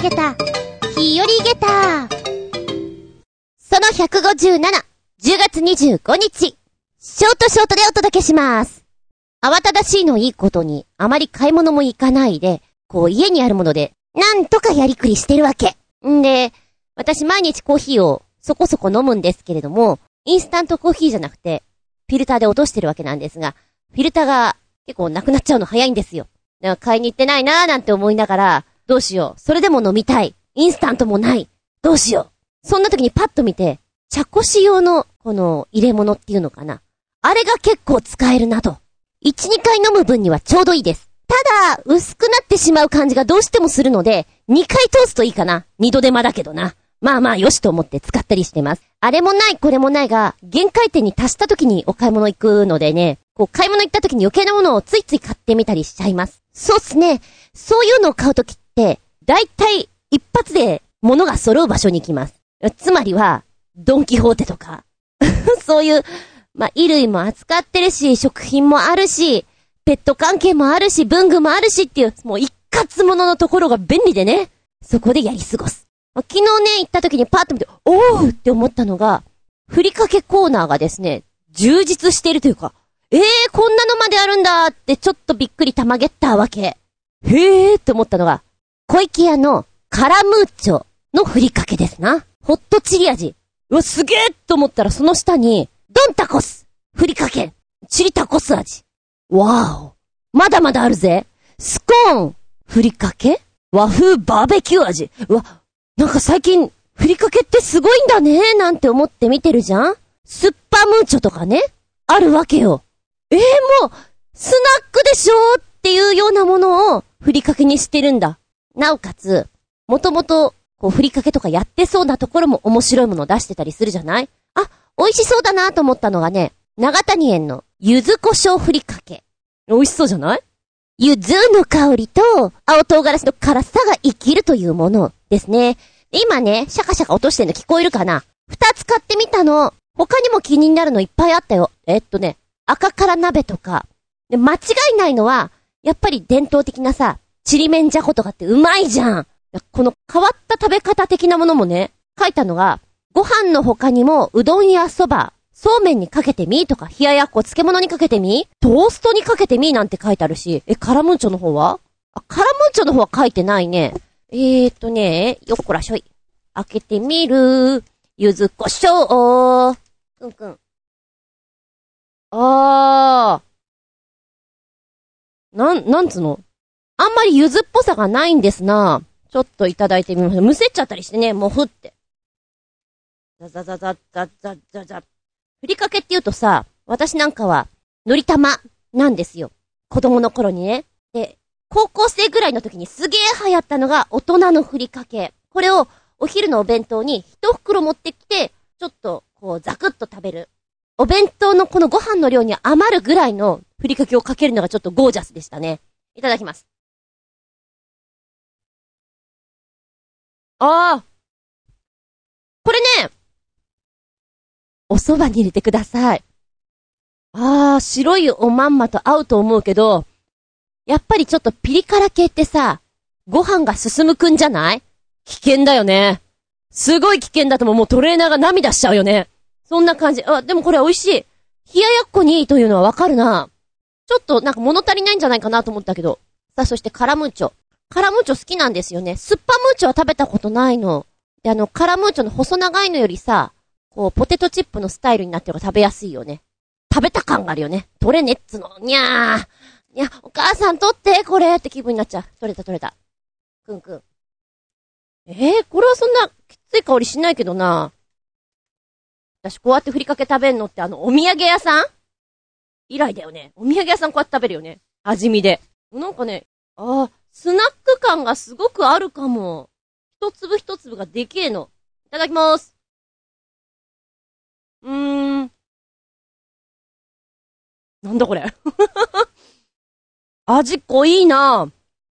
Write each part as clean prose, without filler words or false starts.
げた、日和げた。その157、10月25日、ショートでお届けします。慌ただしいのいいことに、あまり買い物も行かないで、家にあるもので、なんとかやりくりしてるわけ。んで、私毎日コーヒーをそこそこ飲むんですけれども、インスタントコーヒーじゃなくて、フィルターで落としてるわけなんですが、フィルターが結構なくなっちゃうの早いんですよ。だから買いに行ってないなーなんて思いながら、どうしよう。それでも飲みたい。インスタントもない。どうしよう。そんな時にパッと見て、茶こし用の入れ物っていうのかな。あれが結構使えるなと。1、2回飲む分にはちょうどいいです。ただ、薄くなってしまう感じがどうしてもするので、2回通すといいかな。2度手間だけどな。まあまあよしと思って使ったりしてます。あれもないこれもないが、限界点に達した時にお買い物行くのでね、買い物行った時に余計なものをついつい買ってみたりしちゃいます。そうっすね。そういうのを買う時って、だいたい一発で物が揃う場所に行きます。つまりは、ドンキホーテとか。そういう、衣類も扱ってるし、食品もあるし、ペット関係もあるし、文具もあるしっていう、もう一括物のところが便利でね。そこでやり過ごす。昨日ね、行った時にパッと見て、おーって思ったのが、ふりかけコーナーがですね、充実しているというか、こんなのまであるんだってちょっとびっくりたまげったわけ。へーって思ったのが、小池屋のカラムーチョのふりかけですな。ホットチリ味。うわ、すげーと思ったらその下に、ドンタコスふりかけチリタコス味。わーお。まだまだあるぜ。スコーンふりかけ和風バーベキュー味。うわ、なんか最近、ふりかけってすごいんだねなんて思って見てるじゃん。スッパムーチョとかね。あるわけよ。もう、スナックでしょっていうようなものをふりかけにしてるんだ。なおかつ、もともと、ふりかけとかやってそうなところも面白いものを出してたりするじゃない？あ、美味しそうだなと思ったのがね、長谷園の柚子胡椒ふりかけ。美味しそうじゃない？柚子の香りと青唐辛子の辛さが生きるというものですね。今ね、シャカシャカ落としてんの聞こえるかな？2つ買ってみたの。他にも気になるのいっぱいあったよ。赤辛鍋とか。で、間違いないのは、やっぱり伝統的なさ、ちりめんじゃことかってうまいじゃん。この変わった食べ方的なものもね、書いたのが、ご飯の他にもうどんやそば、そうめんにかけてみとか、冷ややっこ漬物にかけてみトーストにかけてみなんて書いてあるし、カラムーチョの方は？カラムーチョの方は書いてないね。よっこらしょい。開けてみる。柚子胡椒。くんくん。なんつの？あんまり柚子っぽさがないんですな。ちょっといただいてみましょう。むせっちゃったりしてね、もうふって。ザザザザザザザザ。ふりかけって言うとさ、私なんかは、のり玉なんですよ。子供の頃にね。で、高校生ぐらいの時にすげー流行ったのが大人のふりかけ。これをお昼のお弁当に一袋持ってきて、ちょっとザクッと食べる。お弁当のこのご飯の量に余るぐらいのふりかけをかけるのがちょっとゴージャスでしたね。いただきます。これね、お蕎麦に入れてください。白いおまんまと合うと思うけど、やっぱりちょっとピリ辛系ってさ、ご飯が進むくんじゃない？危険だよね。すごい危険だともうトレーナーが涙しちゃうよね。そんな感じ。でもこれ美味しい。冷ややっこにいいというのはわかるな。ちょっとなんか物足りないんじゃないかなと思ったけど。さあ、そしてカラムーチョ。カラムーチョ好きなんですよね。スッパムーチョは食べたことないの。で、カラムーチョの細長いのよりさ、ポテトチップのスタイルになってるから食べやすいよね。食べた感があるよね。取れねっつの。にゃー。いや、お母さん取ってこれって気分になっちゃう。取れた。くん。これはそんなきつい香りしないけどな。私こうやってふりかけ食べんのってお土産屋さん以来だよね。お土産屋さんこうやって食べるよね。味見で。なんかね、スナック感がすごくあるかも。一粒一粒がでけえの。いただきます。なんだこれ。味濃いな。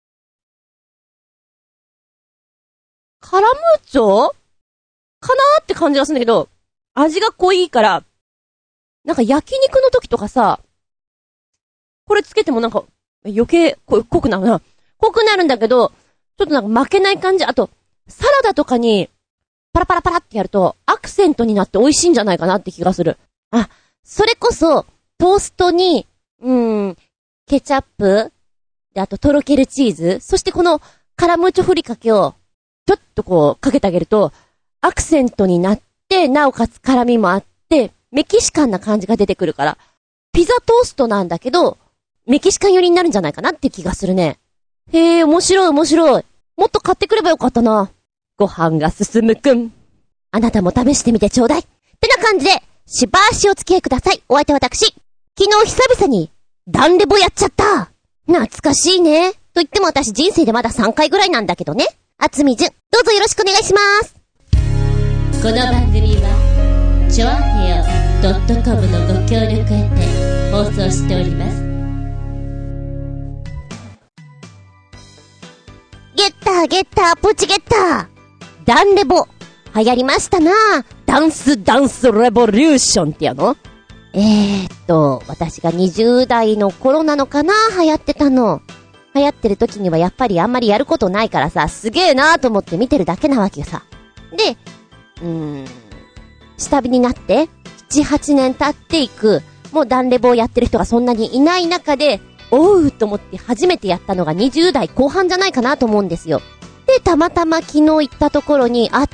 カラムーチョかなーって感じがするんだけど、味が濃いから、なんか焼肉の時とかさ、これつけてもなんか余計濃くなるな。濃くなるんだけど、ちょっとなんか負けない感じ。あと、 サラダとかにパラパラパラってやるとアクセントになって美味しいんじゃないかなって気がする。あ、それこそトーストにケチャップで、あととろけるチーズ、そしてこのカラムーチョふりかけをちょっとこうかけてあげるとアクセントになって、なおかつ辛みもあってメキシカンな感じが出てくるから、ピザトーストなんだけどメキシカン寄りになるんじゃないかなって気がするね。へえ、面白い面白い。もっと買ってくればよかったな。ご飯が進むくん。あなたも試してみてちょうだい。ってな感じで、しばしお付き合いください。お相手は私。昨日久々に、ダンレボやっちゃった。懐かしいね。と言っても私人生でまだ3回ぐらいなんだけどね。あつみじゅん、どうぞよろしくお願いします。 この番組は、ちょあへよ .com のご協力へて放送しております。 ゲッターゲッターポチゲッター。ダンレボ。流行りましたな。ダンスレボリューションってやの？私が20代の頃なのかな、流行ってたの。流行ってる時にはやっぱりあんまりやることないからさ、すげえなーと思って見てるだけなわけよさ。で、下火になって、7、8年経っていく、もうダンレボをやってる人がそんなにいない中で、おうと思って初めてやったのが20代後半じゃないかなと思うんですよ。で、たまたま昨日行ったところにあって、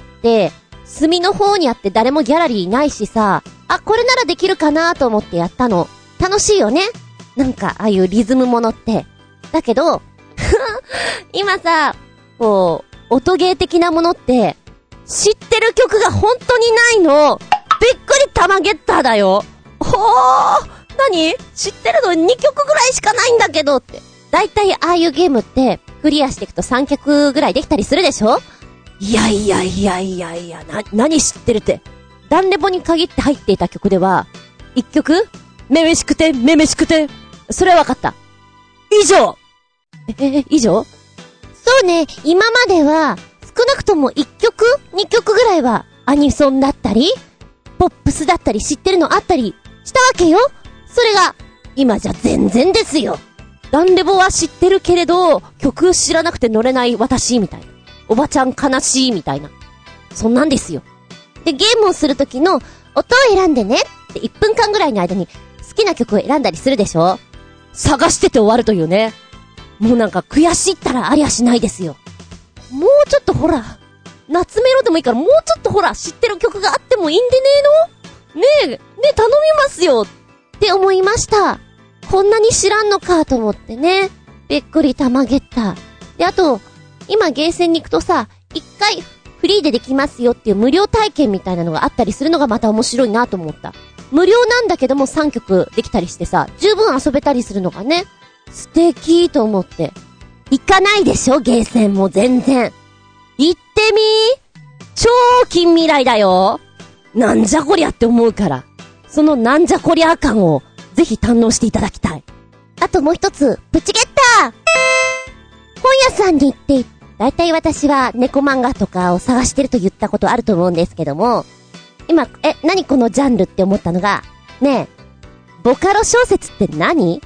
隅の方にあって誰もギャラリーいないしさ、あ、これならできるかなと思ってやったの。楽しいよね。なんか、ああいうリズムものって。だけど、今さ、こう、音ゲー的なものって、知ってる曲が本当にないの。びっくりたまゲッターだよ。ほー、何？知ってるの2曲ぐらいしかないんだけどって。だいたいああいうゲームって、クリアしていくと3曲ぐらいできたりするでしょ？いや、何知ってるって。ダンレボに限って入っていた曲では、1曲めめしくて、それは分かった。以上。以上？そうね、今までは、少なくとも1曲 ?2 曲ぐらいは、アニソンだったり、ポップスだったり知ってるのあったりしたわけよ。それが、今じゃ全然ですよ。ダンレボは知ってるけれど、曲知らなくて乗れない私みたいな。おばちゃん悲しいみたいな。そんなんですよ。で、ゲームをするときの音を選んでねって1分間ぐらいの間に好きな曲を選んだりするでしょ？探してて終わるというね。もうなんか悔しいったらありゃしないですよ。もうちょっとほら、夏メロでもいいからもうちょっとほら、知ってる曲があってもいいんでねえの？ねえ頼みますよって思いました。こんなに知らんのかと思ってね。びっくりたまげった。で、あと、今ゲーセンに行くとさ、一回フリーでできますよっていう無料体験みたいなのがあったりするのがまた面白いなと思った。無料なんだけども3曲できたりしてさ、十分遊べたりするのがね、素敵と思って。行かないでしょゲーセンも全然。行ってみー。超近未来だよ。なんじゃこりゃって思うから。そのなんじゃこりゃ感をぜひ堪能していただきたい。あともう一つ、プチゲッター。本屋さんに行って、だいたい私は猫漫画とかを探してると言ったことあると思うんですけども、今、何このジャンルって思ったのが、ねえ、ボカロ小説って何？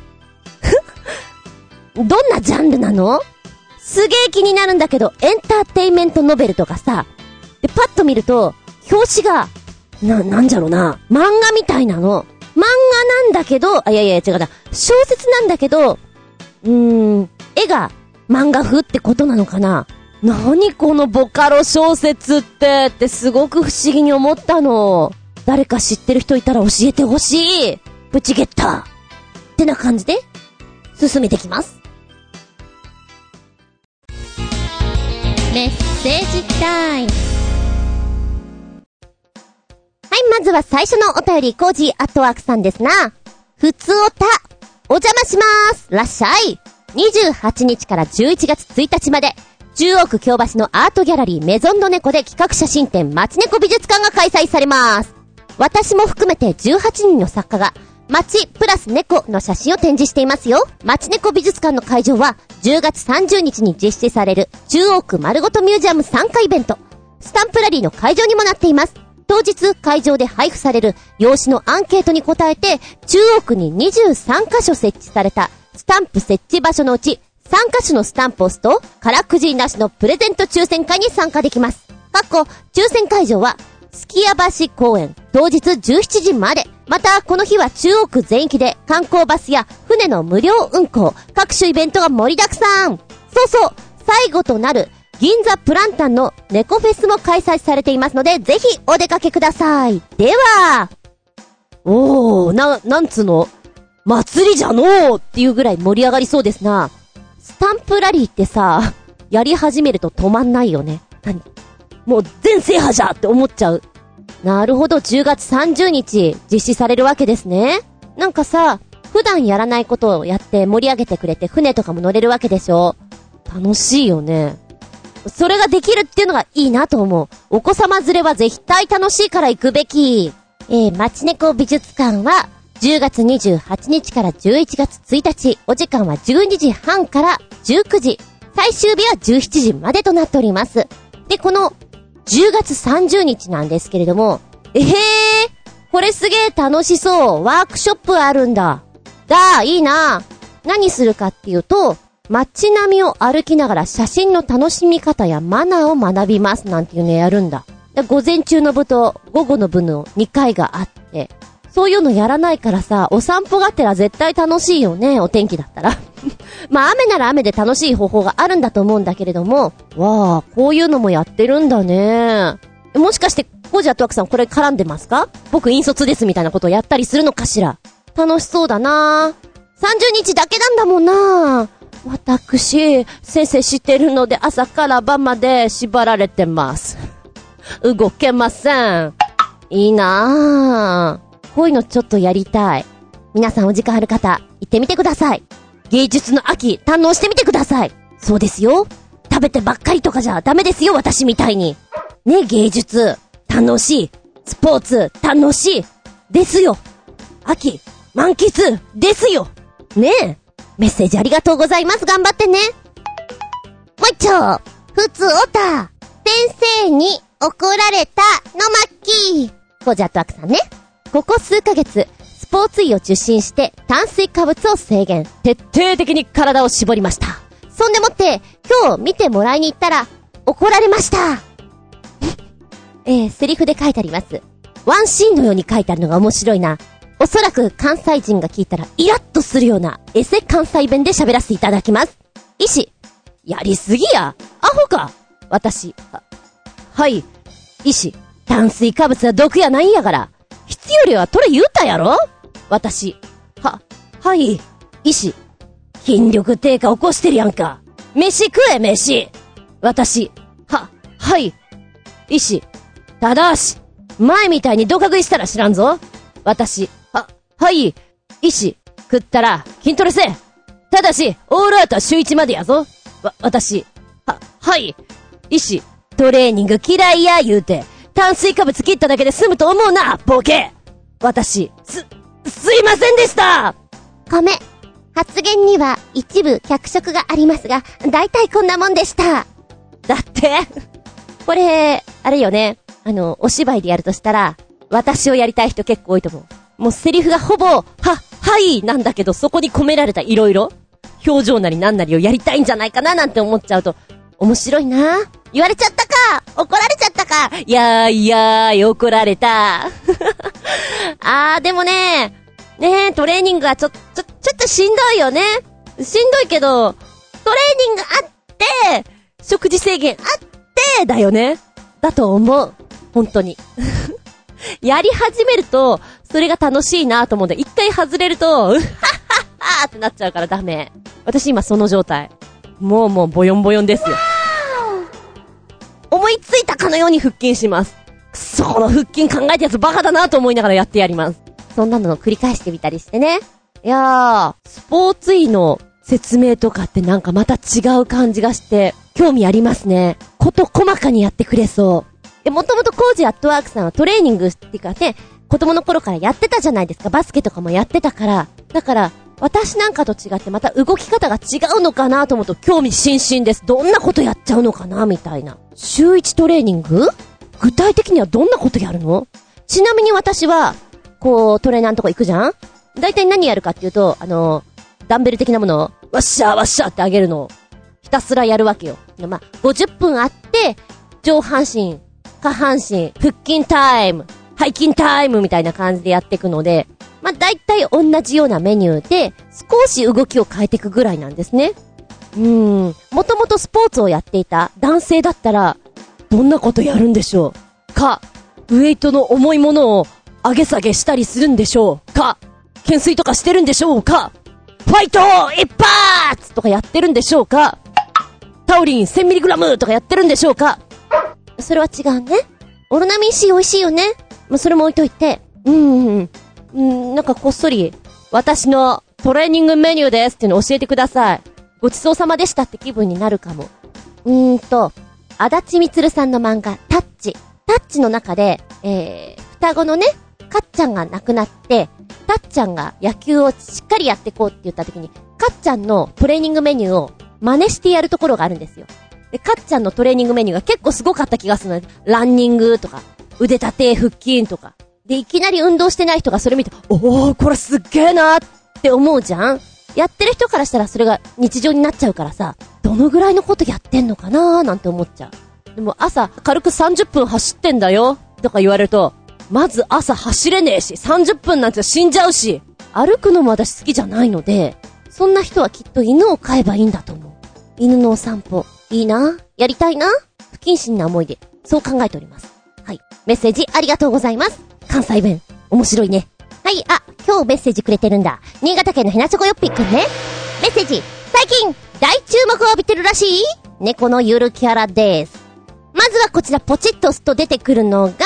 どんなジャンルなの？すげえ気になるんだけど、エンターテインメントノベルとかさ、で、パッと見ると、表紙が、なんじゃろな、漫画みたいなの。漫画なんだけど、違うな、小説なんだけど、絵が漫画風ってことなのかな？何このボカロ小説ってすごく不思議に思ったの。誰か知ってる人いたら教えてほしい。プチゲッター。ってな感じで、進めてきます。 メッセージタイム。 はい、まずは最初のお便り、コージーアットワークさんですな。ふつおた、お邪魔しまーす。らっしゃい。28日から11月1日まで、中央区京橋のアートギャラリーメゾンドネコで企画写真展街猫美術館が開催されます。私も含めて18人の作家が、街プラス猫の写真を展示していますよ。街猫美術館の会場は10月30日に実施される中央区丸ごとミュージアム参加イベント、スタンプラリーの会場にもなっています。当日会場で配布される用紙のアンケートに答えて、中央区に23カ所設置されたスタンプ設置場所のうち参加種のスタンプを押すと、からくじなしのプレゼント抽選会に参加できます。抽選会場は、すきや橋公園、当日17時まで。また、この日は中央区全域で観光バスや船の無料運行、各種イベントが盛りだくさん。最後となる銀座プランタンの猫フェスも開催されていますので、ぜひお出かけください。では、なんつの、祭りじゃのーっていうぐらい盛り上がりそうですな。スタンプラリーってさ、やり始めると止まんないよね。もう全制覇じゃって思っちゃう。なるほど、10月30日実施されるわけですね。なんかさ、普段やらないことをやって盛り上げてくれて船とかも乗れるわけでしょ。楽しいよね。それができるっていうのがいいなと思う。お子様連れは絶対楽しいから行くべき。町猫美術館は10月28日から11月1日、お時間は12時半から19時、最終日は17時までとなっております。で、この10月30日なんですけれども、これすげえ楽しそう。ワークショップあるんだ。いいな。何するかっていうと、街並みを歩きながら写真の楽しみ方やマナーを学びますなんていうのやるんだ。午前中の部と午後の部の2回があって、そういうのやらないからさ、お散歩がてら絶対楽しいよね、お天気だったら。まあ雨なら雨で楽しい方法があるんだと思うんだけれども、わー、こういうのもやってるんだね。もしかしてコージアットワークさんこれ絡んでますか？僕引率ですみたいなことをやったりするのかしら。楽しそうだな。30日だけなんだもんな。私、先生知ってるので朝から晩まで縛られてます。動けません。いいなぁ。こういうのちょっとやりたい。皆さんお時間ある方、行ってみてください。芸術の秋、堪能してみてください。そうですよ。食べてばっかりとかじゃダメですよ、私みたいに。ね、芸術、楽しい。スポーツ、楽しい。ですよ。秋、満喫、ですよ。ねえ。メッセージありがとうございます。頑張ってね。もう一丁。ふつおた。先生に怒られたの巻。コージアットワークさんね。ここ数ヶ月、スポーツ医を受診して炭水化物を制限。徹底的に体を絞りました。そんでもって、今日見てもらいに行ったら、怒られました。セリフで書いてあります。ワンシーンのように書いてあるのが面白いな。おそらく関西人が聞いたらイラッとするようなエセ関西弁で喋らせていただきます。医師、やりすぎや。アホか。私、はい。医師、炭水化物は毒やないんやから。必要量は取れ言うたやろ。私、はい。医師、筋力低下起こしてるやんか。飯食え、飯。私、はい。医師、ただし、前みたいにドカ食いしたら知らんぞ。私、はい。医師、食ったら筋トレせえ。ただし、オールアウトは週1までやぞ。私、はい。医師、トレーニング嫌いや言うて、炭水化物切っただけで済むと思うな、ボケ。私、すいませんでした。米、発言には一部脚色がありますが、だいたいこんなもんでした。だってこれ、あれよね。お芝居でやるとしたら、私をやりたい人結構多いと思う。もうセリフがほぼ、はいなんだけど、そこに込められた色々、表情なりなんなりをやりたいんじゃないかななんて思っちゃうと、面白いな。言われちゃったか、怒られちゃったか。いやー、怒られた。でもね、トレーニングはちょっとしんどいよね。しんどいけど、トレーニングあって、食事制限あって、だよね。だと思う。本当に。やり始めると、それが楽しいなと思うんで、一回外れると、うっはっはっはーってなっちゃうからダメ。私今その状態。もうボヨンボヨンですよ。思いついたかのように腹筋します。この腹筋考えたやつバカだなと思いながらやってやります。そんなのを繰り返してみたりしてね。いやー、スポーツ医の説明とかってなんかまた違う感じがして、興味ありますね。こと細かにやってくれそう。もともとコージアットワークさんはトレーニングっていうかね、子供の頃からやってたじゃないですか。バスケとかもやってたから。だから、私なんかと違ってまた動き方が違うのかなと思うと興味津々です。どんなことやっちゃうのかなみたいな。週1トレーニング？具体的にはどんなことやるの？ちなみに私は、トレーナーのとこ行くじゃん？大体何やるかっていうと、ダンベル的なものをわっしゃーわっしゃーって上げるのをひたすらやるわけよ。50分あって、上半身、下半身、腹筋タイム、背筋タイムみたいな感じでやっていくので、だいたい同じようなメニューで、少し動きを変えていくぐらいなんですね。もともとスポーツをやっていた男性だったら、どんなことやるんでしょうか。ウエイトの重いものを上げ下げしたりするんでしょうか。懸垂とかしてるんでしょうか。ファイト一発とかやってるんでしょうか。タウリン 1000mg とかやってるんでしょうか。それは違うね。オロナミン C 美味しいよね。それも置いといて。なんかこっそり、私のトレーニングメニューですっていうのを教えてください。ごちそうさまでしたって気分になるかも。足立みつるさんの漫画、タッチ。タッチの中で、双子のね、かっちゃんが亡くなって、たっちゃんが野球をしっかりやってこうって言った時に、かっちゃんのトレーニングメニューを真似してやるところがあるんですよ。で、かっちゃんのトレーニングメニューが結構すごかった気がするので、ランニングとか、腕立て、腹筋とか。で、いきなり運動してない人がそれ見て、おー、これすっげーなーって思うじゃん。やってる人からしたらそれが日常になっちゃうからさ、どのぐらいのことやってんのかなーなんて思っちゃう。でも朝軽く30分走ってんだよとか言われると、まず朝走れねえし、30分なんて死んじゃうし、歩くのも私好きじゃないので、そんな人はきっと犬を飼えばいいんだと思う。犬のお散歩、いいな、やりたいな、不謹慎な思いで、そう考えております。はい。メッセージありがとうございます。関西弁、面白いね。はい、今日メッセージくれてるんだ。新潟県のヘナチョコヨッピーくんね。メッセージ、最近、大注目を浴びてるらしい猫のゆるキャラです。まずはこちらポチッと押すと出てくるのが、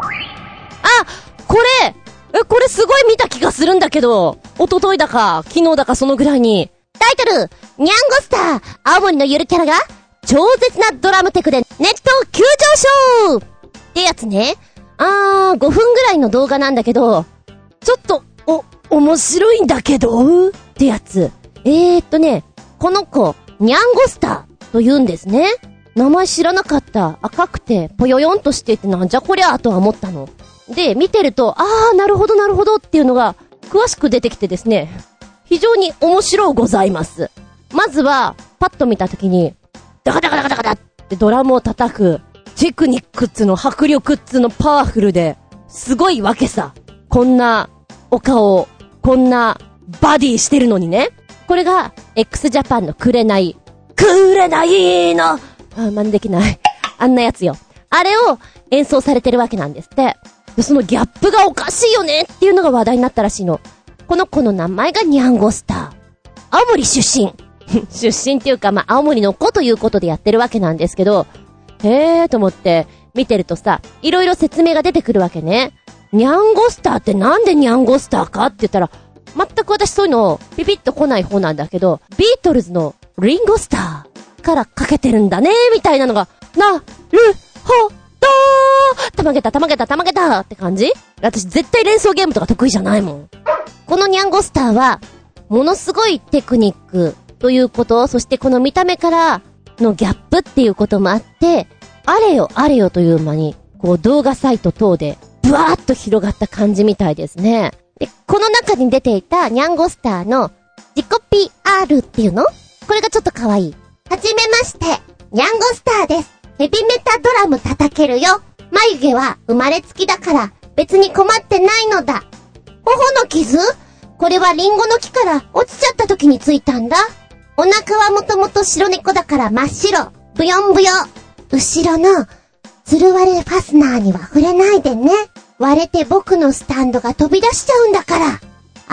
これすごい見た気がするんだけど、一昨日だか、昨日だかそのぐらいに。タイトル、ニャンゴスター、青森のゆるキャラが、超絶なドラムテクでネット急上昇ってやつね。5分ぐらいの動画なんだけど、ちょっと、面白いんだけどってやつ。この子、ニャンゴスターと言うんですね。名前知らなかった。赤くて、ぽよよんとしていてなんじゃこりゃーとは思ったの。で、見てると、なるほどなるほどっていうのが、詳しく出てきてですね、非常に面白いございます。まずは、パッと見たときに、ダカダカダカダカダってドラムを叩く、テクニックっつの迫力っつのパワフルで、すごいわけさ。こんな、お顔、こんな、バディしてるのにね。これが、x ジャパンのくれないの真似できない。あんなやつよ。あれを演奏されてるわけなんですって。で、そのギャップがおかしいよねっていうのが話題になったらしいの。この子の名前がニャンゴスター。青森出身。出身っていうか、青森の子ということでやってるわけなんですけど、と思って見てるとさ、いろいろ説明が出てくるわけね。ニャンゴスターってなんでニャンゴスターかって言ったら、全く私そういうのピピッと来ない方なんだけど、ビートルズのリンゴスターからかけてるんだねみたいなのが、なるほどー、たまげたって感じ？私絶対連想ゲームとか得意じゃないもん。このニャンゴスターはものすごいテクニックということ、そしてこの見た目からのギャップっていうこともあって、あれよという間にこう動画サイト等でブワーッと広がった感じみたいですね。で、この中に出ていたニャンゴスターの自己 PR っていうの？これがちょっと可愛い。はじめまして、ニャンゴスターです。ヘビメタドラム叩けるよ。眉毛は生まれつきだから別に困ってないのだ。頬の傷？これはリンゴの木から落ちちゃった時についたんだ。お腹はもともと白猫だから真っ白。ブヨンブヨ。後ろのつる割れファスナーには触れないでね。割れて僕のスタンドが飛び出しちゃうんだから。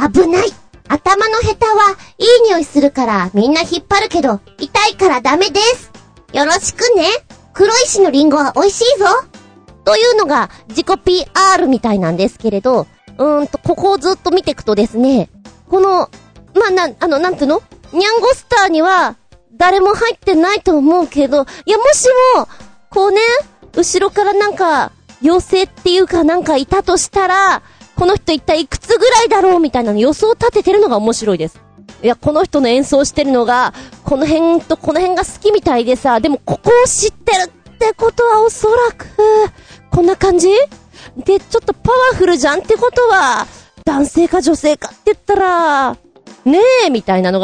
危ない。頭のヘタはいい匂いするからみんな引っ張るけど痛いからダメです。よろしくね。黒石のリンゴは美味しいぞ。というのが自己 PR みたいなんですけれど、ここをずっと見ていくとですね、この、なんていうの？ニャンゴスターには誰も入ってないと思うけど、いやもしも、こうね、後ろからなんか、妖精っていうかなんかいたとしたら、この人一体いくつぐらいだろうみたいなの予想を立ててるのが面白いです。いや、この人の演奏してるのが、この辺とこの辺が好きみたいでさ、でもここを知ってるってことはおそらく、こんな感じ？で、ちょっとパワフルじゃんってことは、男性か女性かって言ったら、ねえ、みたいなのが、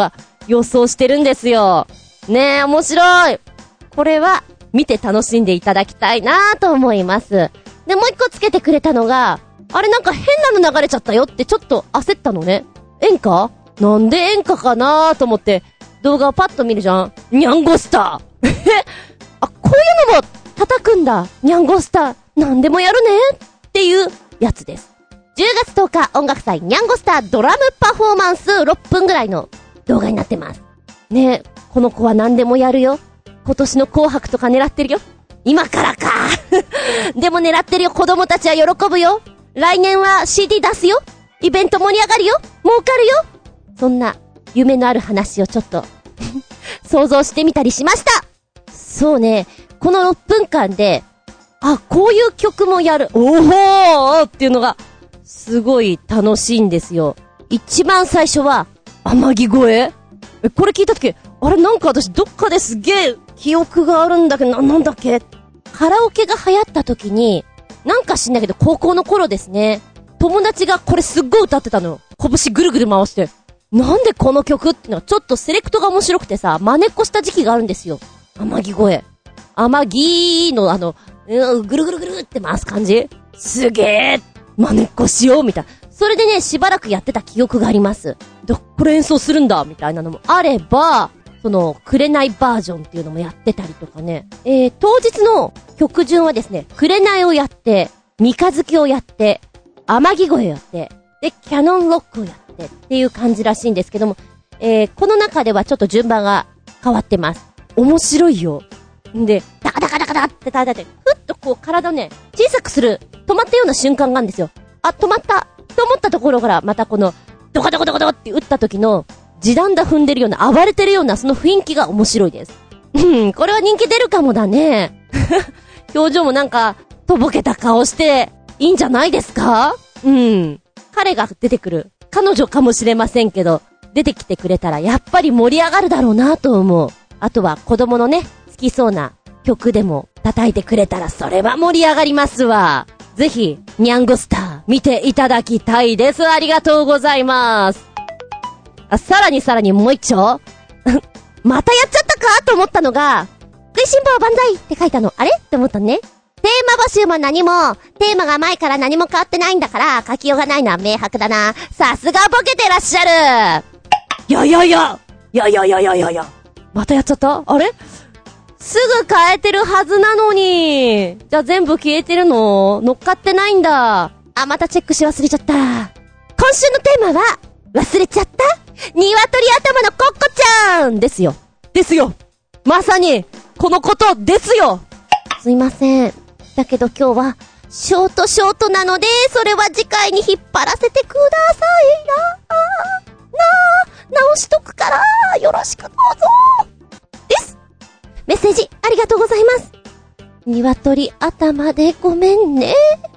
予想してるんですよ。ねえ、面白い。これは見て楽しんでいただきたいなと思います。で、もう一個つけてくれたのが、あれなんか変なの流れちゃったよってちょっと焦ったのね。演歌？なんで演歌かなと思って動画をパッと見るじゃん。ニャンゴスターあ、こういうのも叩くんだ。ニャンゴスター。なんでもやるねっていうやつです。10月10日音楽祭ニャンゴスタードラムパフォーマンス6分ぐらいの動画になってます。ねえ、この子は何でもやるよ。今年の紅白とか狙ってるよ。今からかでも狙ってるよ。子供たちは喜ぶよ。来年は CD 出すよ。イベント盛り上がるよ。儲かるよ。そんな夢のある話をちょっと想像してみたりしました。そうね、この6分間で、あ、こういう曲もやる。おーっていうのがすごい楽しいんですよ。一番最初は天城越え。これ聞いたとき、あれなんか私どっかですげえ記憶があるんだけど、なんだっけ？カラオケが流行った時に、なんか知んないけど高校の頃ですね。友達がこれすっごい歌ってたのよ。拳ぐるぐる回して。なんでこの曲ってのはちょっとセレクトが面白くてさ、真似っこした時期があるんですよ。天城越え。天城のぐるぐるぐるって回す感じ？すげえ真似っこしようみたいな。それでね、しばらくやってた記憶があります。これ演奏するんだみたいなのもあれば、その、紅バージョンっていうのもやってたりとかね。当日の曲順はですね、紅をやって、三日月をやって、天城越えをやって、で、キャノンロックをやってっていう感じらしいんですけども、この中ではちょっと順番が変わってます。面白いよ。んで、ダカダカダカダって叩いて、ふっとこう体をね、小さくする、止まったような瞬間があるんですよ。あ、止まったと思ったところから、またこの、ドカドカドカドカって打った時の、地団打踏んでるような、暴れてるような、その雰囲気が面白いです。これは人気出るかもだね。表情もなんか、とぼけた顔して、いいんじゃないですか？彼が出てくる、彼女かもしれませんけど、出てきてくれたら、やっぱり盛り上がるだろうなと思う。あとは子供のね、好きそうな曲でも叩いてくれたら、それは盛り上がりますわ。ぜひ、ニャンゴスター、見ていただきたいです。ありがとうございます。さらにもう一丁またやっちゃったかと思ったのが、食いしん坊万歳って書いたの、あれって思ったね。テーマ募集も何も、テーマが前から何も変わってないんだから、書きようがないのは明白だな。さすがボケてらっしゃる。いや。またやっちゃった？あれ？すぐ変えてるはずなのに。じゃあ全部消えてるの？乗っかってないんだ。あ、またチェックし忘れちゃった。今週のテーマは、忘れちゃった？鶏頭のコッコちゃんですよ。まさに、このことですよ。すいません。だけど今日は、ショートなので、それは次回に引っ張らせてください直しとくから、よろしくどうぞ。です。メッセージ、ありがとうございます。鶏頭でごめんね。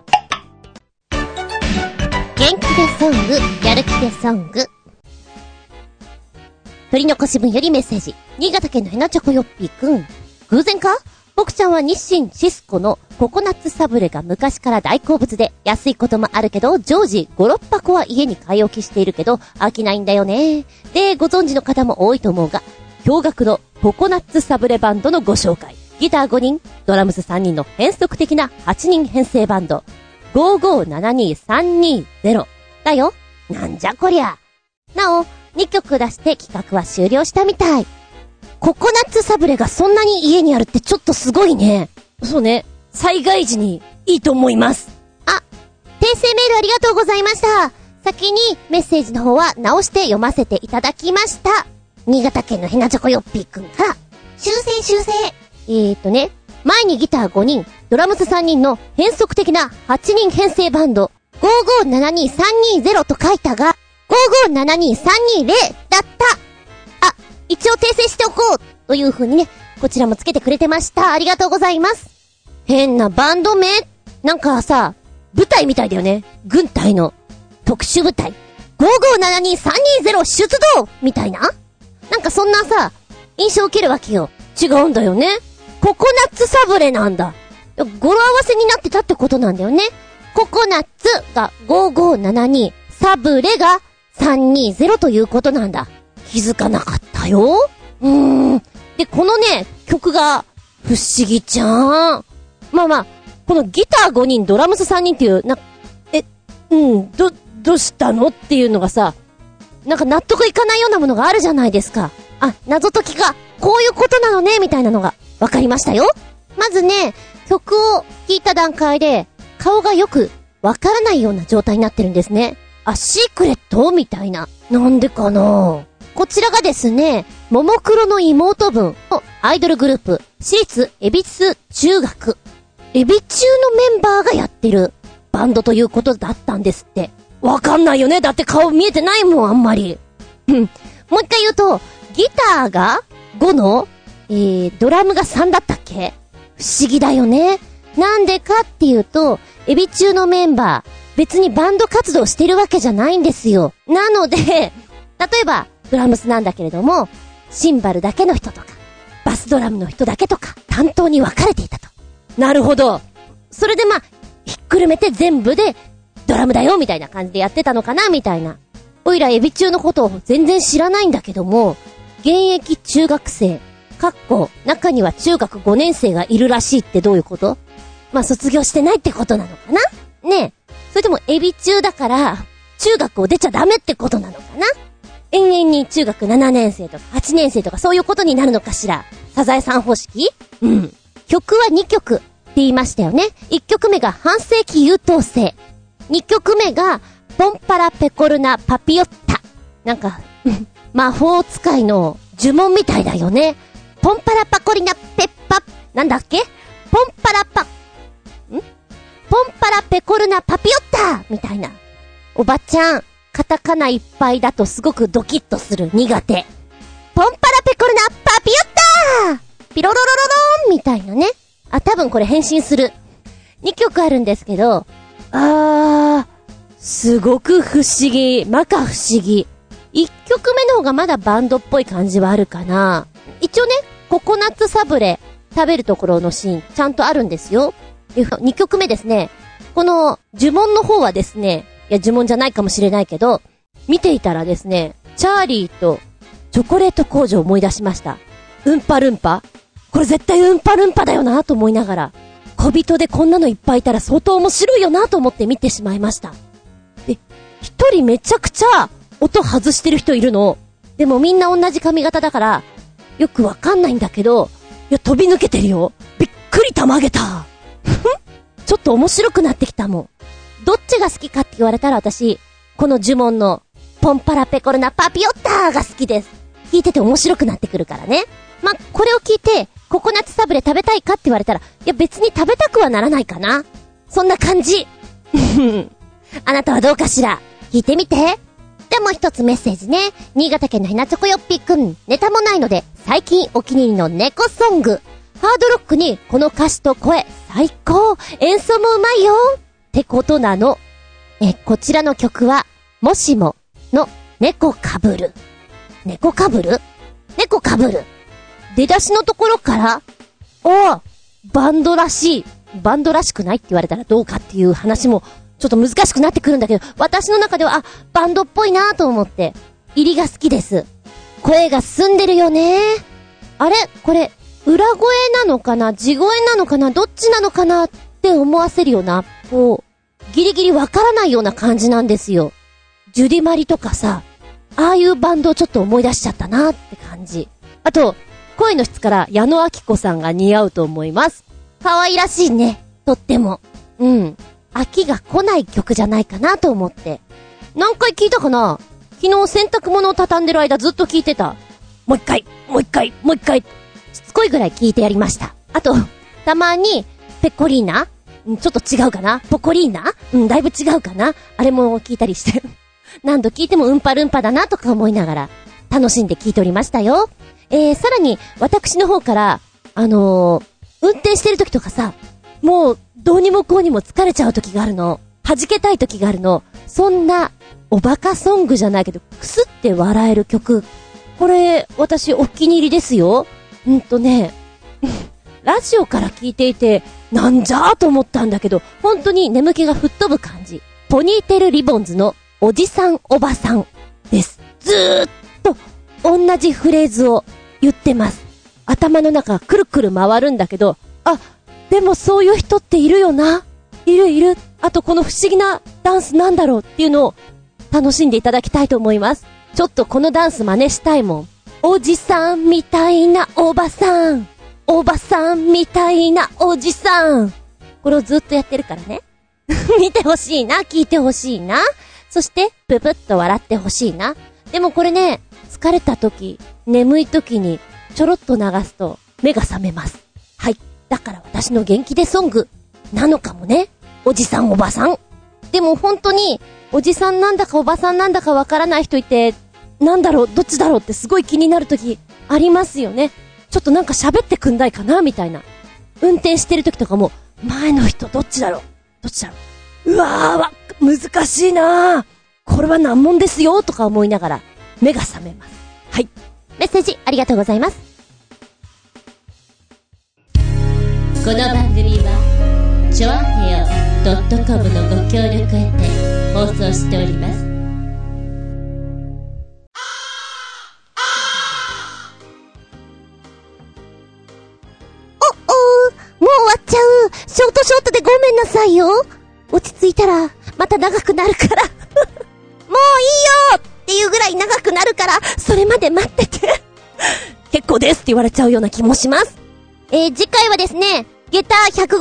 元気でソング、やる気でソング。鳥の腰分よりメッセージ。新潟県のヘナチョコヨッピーくん。偶然か？僕ちゃんは日清シスコのココナッツサブレが昔から大好物で、安いこともあるけど、常時5、6箱は家に買い置きしているけど、飽きないんだよね。で、ご存知の方も多いと思うが、驚愕のココナッツサブレバンドのご紹介。ギター5人、ドラムス3人の変則的な8人編成バンド。5572320だよ。なんじゃこりゃ。なお、2曲出して企画は終了したみたい。ココナッツサブレがそんなに家にあるってちょっとすごいね。そうね。災害時にいいと思います。あ、訂正メールありがとうございました。先にメッセージの方は直して読ませていただきました。新潟県のヘナチョコヨッピーくんから、修正。前にギター5人、ドラムス3人の変則的な8人編成バンド、5572320と書いたが、5572320だった。あ、一応訂正しておこうという風にね、こちらもつけてくれてました。ありがとうございます。変なバンド名なんかさ、部隊みたいだよね。軍隊の特殊部隊。5572320出動みたいな？なんかそんなさ、印象を受けるわけよ。違うんだよね。ココナッツサブレなんだ。語呂合わせになってたってことなんだよね。ココナッツが5572、サブレが320ということなんだ。 気づかなかったよ。で、このね、曲が不思議ちゃん。このギター5人、ドラムス3人っていう、どうしたのっていうのがさ、なんか納得いかないようなものがあるじゃないですか。謎解きか。こういうことなのね、みたいなのがわかりましたよ。まずね、曲を聴いた段階で、顔がよくわからないような状態になってるんですね。シークレットみたいな。なんでかな。こちらがですね、ももクロの妹分のアイドルグループ、私立恵比寿中学。エビ中のメンバーがやってるバンドということだったんですって。わかんないよね。だって顔見えてないもん、あんまり。もう一回言うと、ギターが5の、ドラムが3だったっけ？不思議だよね。なんでかっていうと、エビ中のメンバー、別にバンド活動してるわけじゃないんですよ。なので、例えば、ドラムスなんだけれども、シンバルだけの人とか、バスドラムの人だけとか、担当に分かれていたと。なるほど。それでひっくるめて全部で、ドラムだよみたいな感じでやってたのかなみたいな。おいらエビ中のことを全然知らないんだけども、現役中学生、中には中学5年生がいるらしいってどういうこと？卒業してないってことなのかな？ねえ。それともエビ中だから、中学を出ちゃダメってことなのかな？延々に中学7年生とか8年生とかそういうことになるのかしら？サザエさん方式？曲は2曲って言いましたよね。1曲目が半世紀優等生。2曲目がポンパラペコルナパピヨッタ。なんか、魔法使いの呪文みたいだよね。ポンパラパコリナペッパ、なんだっけ？ポンパラペコルナパピヨッタみたいな。おばちゃん、カタカナいっぱいだとすごくドキッとする。苦手。ポンパラペコルナパピヨッタピロロロロローンみたいなね。多分これ変身する。2曲あるんですけど、すごく不思議。摩訶不思議。1曲目の方がまだバンドっぽい感じはあるかな。一応ね、ココナッツサブレ食べるところのシーンちゃんとあるんですよ。2曲目ですね。この呪文の方はですね、呪文じゃないかもしれないけど、見ていたらですね、チャーリーとチョコレート工場を思い出しました。うんぱるんぱ？これ絶対うんぱるんぱだよなと思いながら、小人でこんなのいっぱいいたら相当面白いよなと思って見てしまいました。で、一人めちゃくちゃ音外してる人いるの。でもみんな同じ髪型だから、よくわかんないんだけど、飛び抜けてるよ。びっくりたまげた。ちょっと面白くなってきたもん。どっちが好きかって言われたら私、この呪文のポンパラペコルナパピヨッターが好きです。聞いてて面白くなってくるからね。これを聞いて、ココナッツサブレ食べたいかって言われたら、別に食べたくはならないかな。そんな感じ。あなたはどうかしら？聞いてみて。でも一つメッセージね。新潟県のひなちょこよっぴーくん。ネタもないので、最近お気に入りの猫ソング。ハードロックにこの歌詞と声、最高。演奏もうまいよ。ってことなの。こちらの曲は、もしもの猫かぶる。猫かぶる？猫かぶる。出だしのところから、バンドらしい。バンドらしくないって言われたらどうかっていう話もちょっと難しくなってくるんだけど、私の中ではバンドっぽいなと思って入りが好きです。声が澄んでるよね。あれこれ裏声なのかな、地声なのかな、どっちなのかなって思わせるような、ギリギリわからないような感じなんですよ。ジュディマリとかさ、ああいうバンドをちょっと思い出しちゃったなって感じ。あと声の質から矢野明子さんが似合うと思います。可愛らしいね、とっても。飽きが来ない曲じゃないかなと思って。何回聞いたかな？昨日洗濯物を畳んでる間ずっと聞いてた。もう一回しつこいぐらい聞いてやりました。あとたまにペコリーナ、ちょっと違うかな、ポコリーナ、だいぶ違うかな、あれも聞いたりして何度聞いてもうんぱるんぱだなとか思いながら楽しんで聞いておりましたよ。さらに私の方から運転してる時とかさ、もうどうにもこうにも疲れちゃう時があるの、弾けたい時があるの。そんなおバカソングじゃないけどくすって笑える曲、これ私お気に入りですよ。ラジオから聞いていてなんじゃーと思ったんだけど、本当に眠気が吹っ飛ぶ感じ。ポニーテールリボンズのおじさんおばさんです。ずーっと同じフレーズを言ってます。頭の中くるくる回るんだけど、あ、でもそういう人っているよな。いる。あとこの不思議なダンスなんだろうっていうのを楽しんでいただきたいと思います。ちょっとこのダンス真似したいもん。おじさんみたいなおばさん。おばさんみたいなおじさん。これをずっとやってるからね。見てほしいな、聞いてほしいな。そして、ぷぷっと笑ってほしいな。でもこれね、疲れた時、眠い時にちょろっと流すと目が覚めます。はい。だから私の元気でソングなのかもね。おじさんおばさん。でも本当に、おじさんなんだかおばさんなんだかわからない人いて、なんだろう、どっちだろうってすごい気になる時ありますよね。ちょっとなんか喋ってくんないかなみたいな。運転してる時とかも、前の人どっちだろう。うわー、難しいなー。これは難問ですよとか思いながら目が覚めます。はい。メッセージありがとうございます。 この番組はちょあへよ .com のご協力へて放送しております。 もう終わっちゃう。ショートでごめんなさいよ。落ち着いたらまた長くなるからもういいよっていうぐらい長くなるから、それまで待ってて結構ですって言われちゃうような気もします。次回はですね、下駄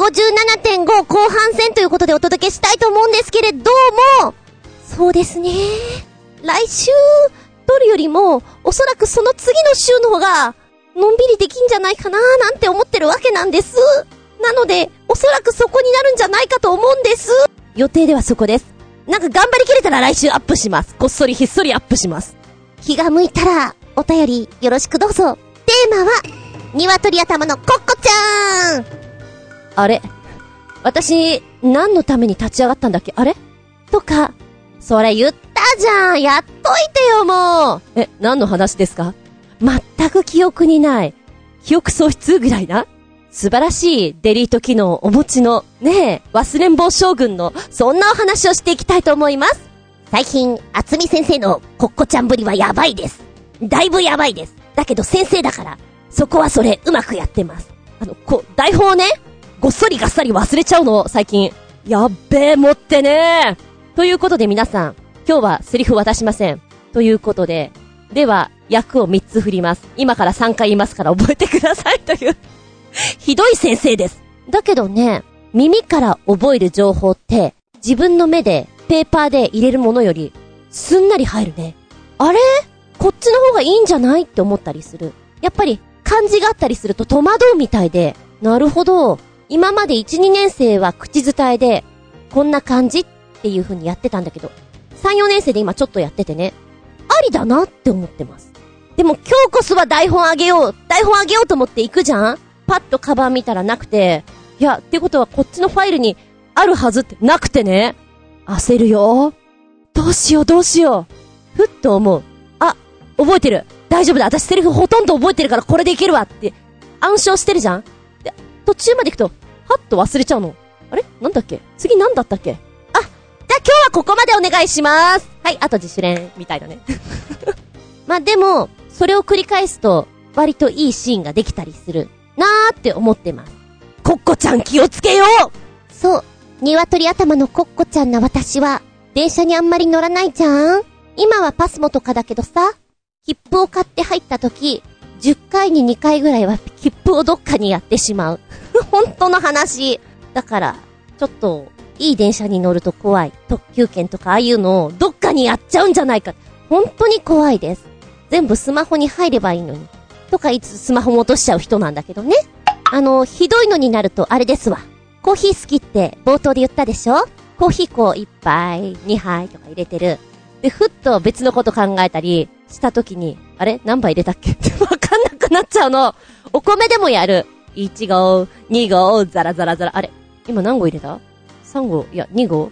157.5 後半戦ということでお届けしたいと思うんですけれども、そうですね、来週撮るよりもおそらくその次の週の方がのんびりできんじゃないかなーなんて思ってるわけなんです。なのでおそらくそこになるんじゃないかと思うんです。予定ではそこです。なんか頑張りきれたら来週アップします。こっそりひっそりアップします。気が向いたらお便りよろしくどうぞ。テーマは鶏頭のコッコちゃん。あれ、私何のために立ち上がったんだっけ、あれとか、それ言ったじゃん、やっといてよもう。何の話ですか？全く記憶にない。記憶喪失ぐらいな素晴らしいデリート機能をお持ちのねえ、忘れん坊将軍のそんなお話をしていきたいと思います。最近厚美先生のコッコちゃんぶりはやばいです。だいぶやばいです。だけど先生だからそこはそれうまくやってます。台本をね、ごっそりがっさり忘れちゃうの最近。やっべえ、持ってねー。ということで皆さん、今日はセリフ渡しません。ということで、では役を3つ振ります。今から3回言いますから覚えてくださいというひどい先生です。だけどね、耳から覚える情報って自分の目でペーパーで入れるものよりすんなり入るね。あれ？こっちの方がいいんじゃないって思ったりする。やっぱり漢字があったりすると戸惑うみたいで、なるほど、今まで 1,2 年生は口伝えでこんな感じっていう風にやってたんだけど、3、4年生で今ちょっとやっててね、ありだなって思ってます。でも今日こそは台本あげようと思って行くじゃん。パッとカバン見たらなくて、いや、ってことはこっちのファイルにあるはずってなくてね、焦るよ。どうしよう。ふっと思う。あ、覚えてる。大丈夫だ。私セリフほとんど覚えてるからこれでいけるわって暗唱してるじゃん。で、途中まで行くと、はっと忘れちゃうの。あれ？なんだっけ？次なんだったっけ？あ、じゃあ今日はここまでお願いします。はい、あと自主練みたいなね。まあでも、それを繰り返すと割といいシーンができたりするなーって思ってます。コッコちゃん気をつけよう。そう、鶏頭のコッコちゃんな私は電車にあんまり乗らないじゃん。今はパスモとかだけどさ、切符を買って入った時10回に2回ぐらいは切符をどっかにやってしまう。本当の話だから、ちょっといい電車に乗ると怖い。特急券とかああいうのをどっかにやっちゃうんじゃないか。本当に怖いです。全部スマホに入ればいいのにとかいつスマホも落としちゃう人なんだけどね。ひどいのになるとあれですわ。コーヒー好きって冒頭で言ったでしょ。コーヒーこう1杯2杯とか入れてる。でふっと別のこと考えたりした時に、あれ何杯入れたっけってわかんなくなっちゃうの。お米でもやる。1合2合ザラザラザラ。あれ今何合入れた？ 3 合、いや2合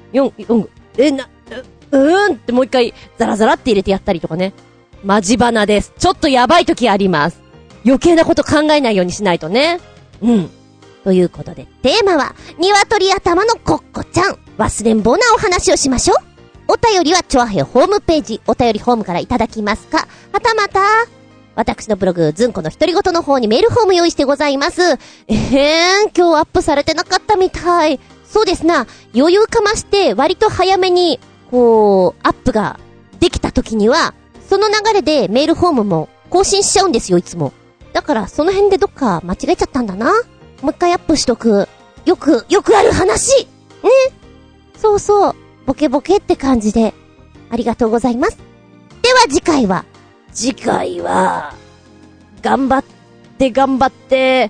4合、ってもう一回ザラザラって入れてやったりとかね。マジバナです。ちょっとやばい時あります。余計なこと考えないようにしないとね。ということでテーマは鶏頭のコッコちゃん、忘れんぼなお話をしましょう。 お便りはチョアヘヨホームページ、お便りフォームからいただきますか、はたまた、私のブログ、ずんこの独り言の方にメールフォーム用意してございます。今日アップされてなかったみたい。そうですな、余裕かまして割と早めに、アップができた時には、その流れでメールフォームも更新しちゃうんですよ、いつも。だから、その辺でどっか間違えちゃったんだな。もう一回アップしとく。よくある話ね。そうそう。ボケボケって感じで。ありがとうございます。では次回は、頑張って、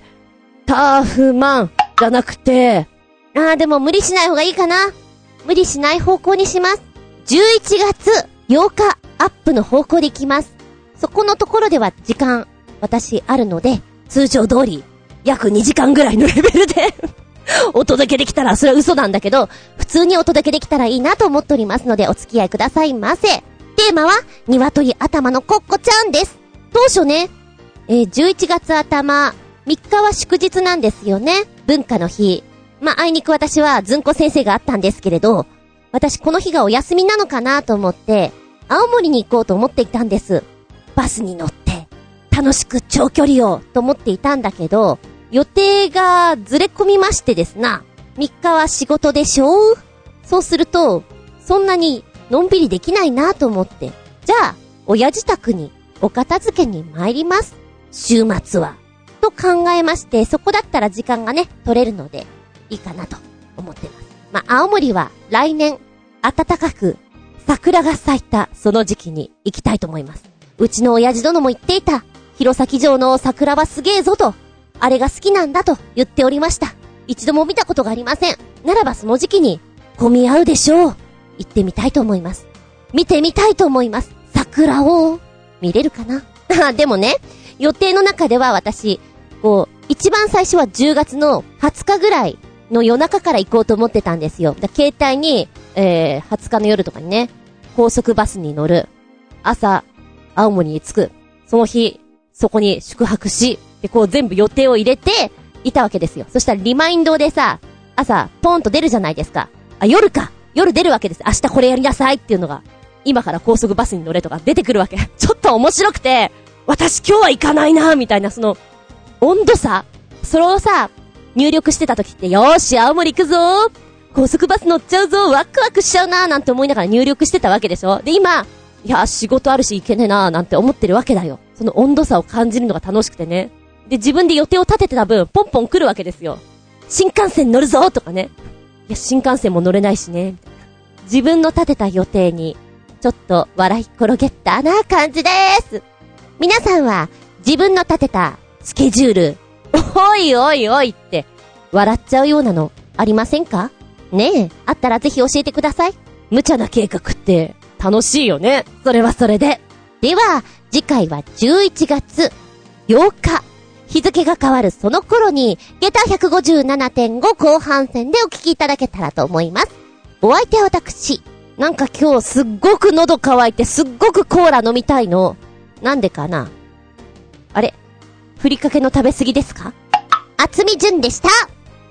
ターフマンじゃなくて、でも無理しない方がいいかな。無理しない方向にします。11月8日アップの方向でいきます。そこのところでは時間、私あるので、通常通り、約2時間ぐらいのレベルでお届けできたら、それは嘘なんだけど、普通にお届けできたらいいなと思っておりますので、お付き合いくださいませ。テーマは、鶏頭のコッコちゃんです。当初ね、11月頭、3日は祝日なんですよね。文化の日。あいにく私はずんこ先生があったんですけれど、私この日がお休みなのかなと思って、青森に行こうと思っていたんです。バスに乗って、楽しく長距離を、と思っていたんだけど、予定がずれ込みましてですな。3日は仕事でしょ？そうすると、そんなにのんびりできないなと思って、じゃあ、親自宅にお片付けに参ります。週末は。と考えまして、そこだったら時間がね、取れるので、いいかなと思ってます。青森は来年、暖かく、桜が咲いたその時期に行きたいと思います。うちの親父殿も言っていた、弘前城の桜はすげえぞと、あれが好きなんだと言っておりました。一度も見たことがありません。ならばその時期に混み合うでしょう。行ってみたいと思います。見てみたいと思います。桜を見れるかな。でもね、予定の中では私、一番最初は10月の20日ぐらいの夜中から行こうと思ってたんですよ。携帯に、20日の夜とかにね、高速バスに乗る。朝、青森に着く。その日、そこに宿泊し、で、全部予定を入れて、いたわけですよ。そしたらリマインドでさ、朝、ポンと出るじゃないですか。夜出るわけです。明日これやりなさいっていうのが、今から高速バスに乗れとか出てくるわけ。ちょっと面白くて、私今日は行かないなみたいな、その、温度差それをさ、入力してた時って、よーし、青森行くぞー、高速バス乗っちゃうぞー、ワクワクしちゃうなーなんて思いながら入力してたわけでしょ。で、今、いや、仕事あるし行けねえなーなんて思ってるわけだよ。その温度差を感じるのが楽しくてね。で、自分で予定を立ててた分、ポンポン来るわけですよ。新幹線乗るぞーとかね。いや、新幹線も乗れないしね。自分の立てた予定に、ちょっと笑い転げったな感じでーす。皆さんは、自分の立てたスケジュール、おいおいおいって、笑っちゃうようなの、ありませんか？ねえ、あったらぜひ教えてください。無茶な計画って、楽しいよね。それはそれで。では、次回は11月8日。日付が変わるその頃に、下駄 157.5 後半戦でお聞きいただけたらと思います。お相手は私。なんか今日すっごく喉乾いてすっごくコーラ飲みたいの。なんでかな？あれ？ふりかけの食べ過ぎですか？厚み純でした。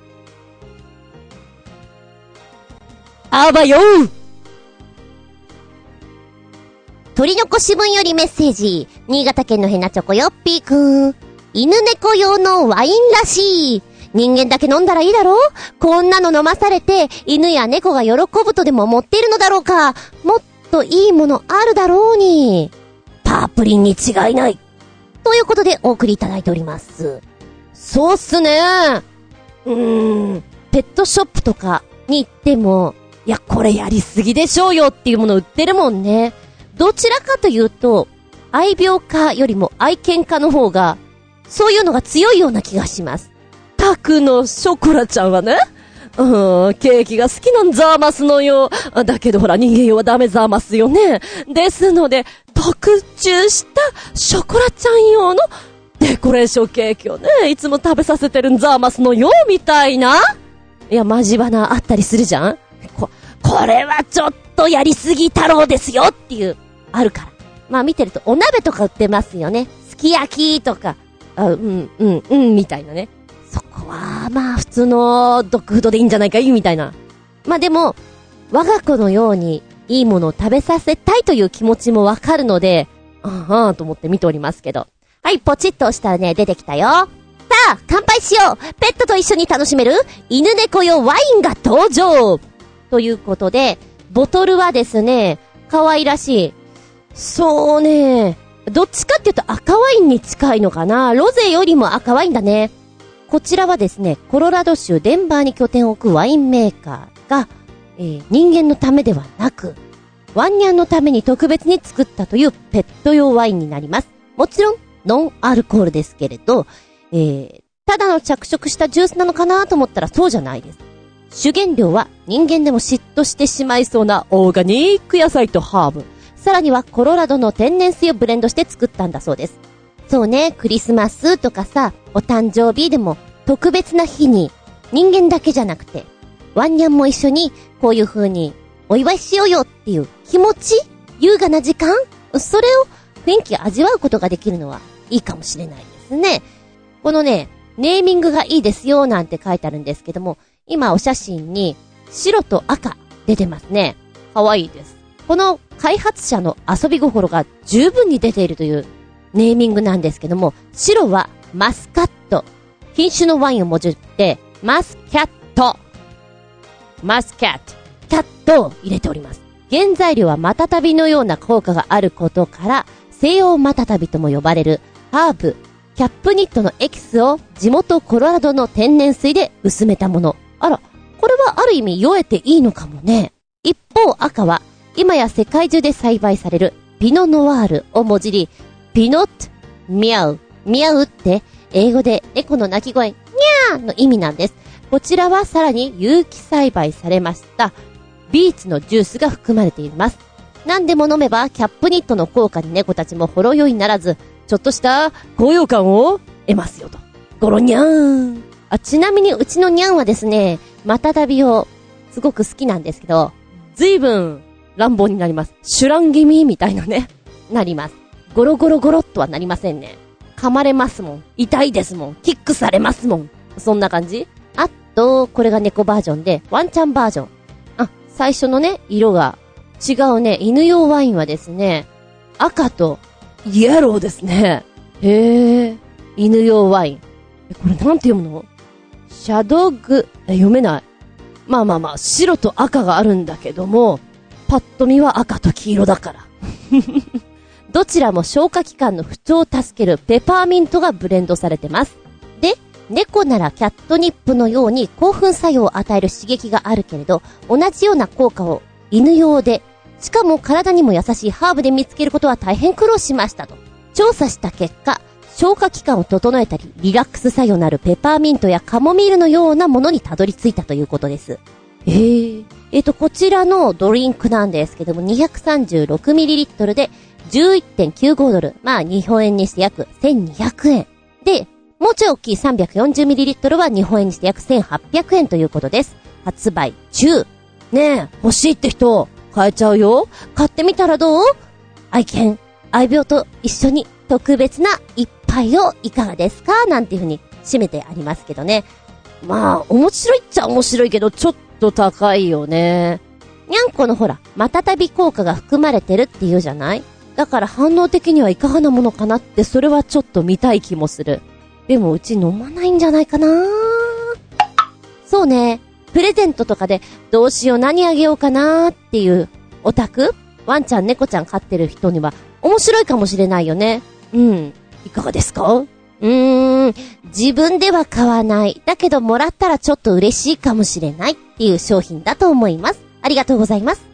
あばよー。鳥の子しぶんよりメッセージ。新潟県のヘナチョコよっぴーくん。犬猫用のワインらしい。人間だけ飲んだらいいだろう？こんなの飲まされて犬や猫が喜ぶとでも思っているのだろうか。もっといいものあるだろうに。パープリンに違いない。ということでお送りいただいております。そうっすね。ペットショップとかに行っても、いやこれやりすぎでしょうよっていうもの売ってるもんね。どちらかというと、愛病家よりも愛犬家の方が、そういうのが強いような気がします。タクのショコラちゃんはね、ケーキが好きなんざますのよ。だけどほら人間用はダメざますよね。ですので、特注したショコラちゃん用のデコレーションケーキをね、いつも食べさせてるんざますのよ、みたいな。いや、マジバナあったりするじゃん？これはちょっとやりすぎ太郎ですよっていう、あるから。まあ見てるとお鍋とか売ってますよね。すき焼きとか、みたいなね。そこは、まあ普通のドッグフードでいいんじゃないかいみたいな。まあでも、我が子のようにいいものを食べさせたいという気持ちもわかるので、と思って見ておりますけど。はい、ポチッと押したらね、出てきたよ。さあ、乾杯しよう。ペットと一緒に楽しめる犬猫用ワインが登場ということで、ボトルはですね、可愛らしい。そうね、どっちかっていうと赤ワインに近いのかな。ロゼよりも赤ワインだね。こちらはですね、コロラド州デンバーに拠点を置くワインメーカーが、人間のためではなく、ワンニャンのために特別に作ったというペット用ワインになります。もちろん、ノンアルコールですけれど、ただの着色したジュースなのかなと思ったらそうじゃないです。主原料は人間でも嫉妬してしまいそうなオーガニック野菜とハーブ。さらにはコロラドの天然水をブレンドして作ったんだそうです。そうね、クリスマスとかさ、お誕生日でも特別な日に人間だけじゃなくて、ワンニャンも一緒にこういう風にお祝いしようよっていう気持ち、優雅な時間、それを雰囲気味わうことができるのはいいかもしれないですね。このね、ネーミングがいいですよなんて書いてあるんですけども、今お写真に白と赤出てますね。可愛いです。この開発者の遊び心が十分に出ているというネーミングなんですけども、白はマスカット。品種のワインをもじってマスキャット。マスキャット。キャットを入れております。原材料はマタタビのような効果があることから、西洋マタタビとも呼ばれるハーブ、キャップニットのエキスを地元コロラドの天然水で薄めたもの。あら、これはある意味酔えていいのかもね。一方赤は、今や世界中で栽培されるピノノワールをもじり、ピノット、ミャウ、ミャウって英語で猫の鳴き声、ニャーの意味なんです。こちらはさらに有機栽培されましたビーツのジュースが含まれています。何でも飲めばキャップニットの効果に猫たちもほろ酔いならず、ちょっとした高揚感を得ますよと。ゴロニャーン。ちなみにうちのニャンはですね、マタタビをすごく好きなんですけど、随分乱暴になります。シュラン気味みたいなね、なります。ゴロゴロゴロっとはなりませんね。噛まれますもん。痛いですもん。キックされますもん。そんな感じ？あと、これが猫バージョンで、ワンちゃんバージョン。最初のね、色が違うね。犬用ワインはですね、赤とイエローですね。へー。犬用ワイン。これなんて読むの？シャドグ、読めない。まあ、白と赤があるんだけども、パッと見は赤と黄色だから。どちらも消化器官の不調を助けるペパーミントがブレンドされてます。で、猫ならキャットニップのように興奮作用を与える刺激があるけれど、同じような効果を犬用で、しかも体にも優しいハーブで見つけることは大変苦労しましたと。調査した結果、消化器官を整えたり、リラックス作用のあるペパーミントやカモミールのようなものにたどり着いたということです。こちらのドリンクなんですけども、236ml で 11.95 ドル。まあ、日本円にして約1200円。で、もうちょい大きい 340ml は日本円にして約1800円ということです。発売中。ねえ、欲しいって人、買えちゃうよ。買ってみたらどう？愛犬、愛病と一緒に特別な一杯をいかがですか？なんていう風に締めてありますけどね。まあ、面白いっちゃ面白いけど、ちょっと高いよね。にゃんこのほら、マタタビ効果が含まれてるっていうじゃない？だから反応的にはいかがなものかなって、それはちょっと見たい気もする。でもうち飲まないんじゃないかな。そうね。プレゼントとかでどうしよう何あげようかなっていうオタク？ワンちゃん猫ちゃん飼ってる人には面白いかもしれないよね。いかがですか？自分では買わない。だけどもらったらちょっと嬉しいかもしれないっていう商品だと思います。ありがとうございます。